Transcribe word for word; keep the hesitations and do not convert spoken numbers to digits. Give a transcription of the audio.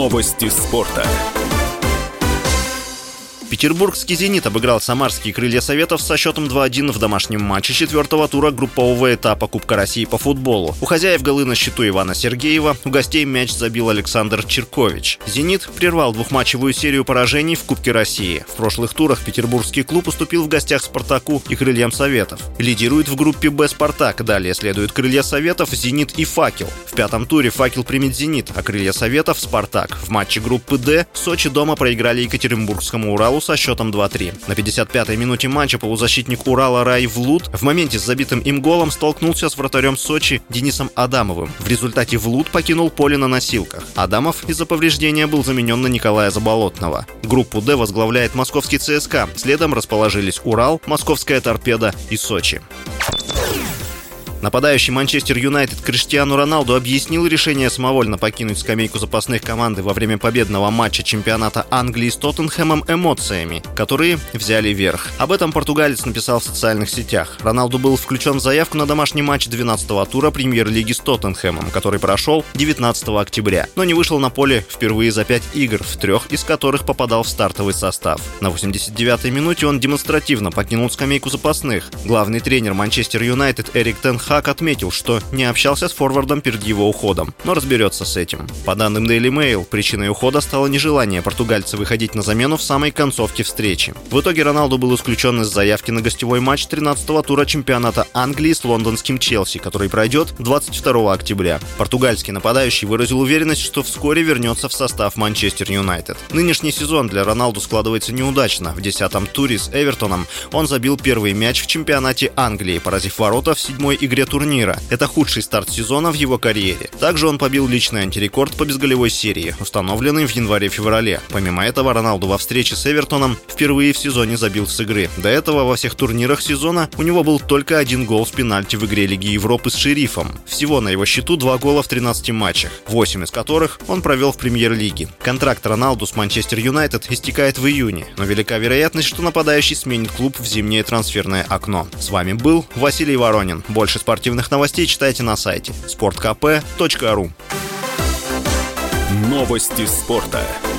Новости спорта. Петербургский «Зенит» обыграл самарские «Крылья Советов» со счетом два-один в домашнем матче четвертого тура группового этапа Кубка России по футболу. У хозяев голы на счету Ивана Сергеева, у гостей мяч забил Александр Черкович. «Зенит» прервал двухматчевую серию поражений в Кубке России. В прошлых турах петербургский клуб уступил в гостях «Спартаку» и «Крыльям Советов». Лидирует в группе «Б» «Спартак», далее следуют «Крылья Советов», «Зенит» и «Факел». В пятом туре «Факел» примет «Зенит», а «Крылья Советов» — «Спартак». В матче группы «Д» Сочи дома проиграли Екатеринбургскому «Уралу» со счетом два-три. На пятьдесят пятой минуте матча полузащитник «Урала» Рай Влут в моменте с забитым им голом столкнулся с вратарем Сочи Денисом Адамовым. В результате Влут покинул поле на носилках. Адамов из-за повреждения был заменен на Николая Заболотного. Группу «Д» возглавляет московский ЦСКА. Следом расположились «Урал», московская «Торпедо» и Сочи. Нападающий Манчестер Юнайтед Криштиану Роналду объяснил решение самовольно покинуть скамейку запасных команды во время победного матча чемпионата Англии с Тоттенхэмом эмоциями, которые взяли верх. Об этом португалец написал в социальных сетях. Роналду был включен в заявку на домашний матч двенадцатого тура премьер-лиги с Тоттенхэмом, который прошел девятнадцатого октября, но не вышел на поле впервые за пять игр, в трех из которых попадал в стартовый состав. На восемьдесят девятой минуте он демонстративно покинул скамейку запасных. Главный тренер Манчестер Юнайтед Эрик Тен Хаг отметил, что не общался с форвардом перед его уходом, но разберется с этим. По данным Daily Mail, причиной ухода стало нежелание португальца выходить на замену в самой концовке встречи. В итоге Роналду был исключен из заявки на гостевой матч тринадцатого тура чемпионата Англии с лондонским Челси, который пройдет двадцать второго октября. Португальский нападающий выразил уверенность, что вскоре вернется в состав Манчестер Юнайтед. Нынешний сезон для Роналду складывается неудачно. В десятом туре с Эвертоном он забил первый мяч в чемпионате Англии, поразив ворота в седьмой игре турнира. Это худший старт сезона в его карьере. Также он побил личный антирекорд по безголевой серии, установленный в январе-феврале. Помимо этого, Роналду во встрече с Эвертоном впервые в сезоне забил с игры. До этого во всех турнирах сезона у него был только один гол с пенальти в игре Лиги Европы с Шерифом. Всего на его счету два гола в тринадцати матчах, восемь из которых он провел в премьер-лиге. Контракт Роналду с Манчестер Юнайтед истекает в июне, но велика вероятность, что нападающий сменит клуб в зимнее трансферное окно. С вами был Василий Воронин. Больше спортивных новостей читайте на сайте спорт кэ пэ точка ру. Новости спорта.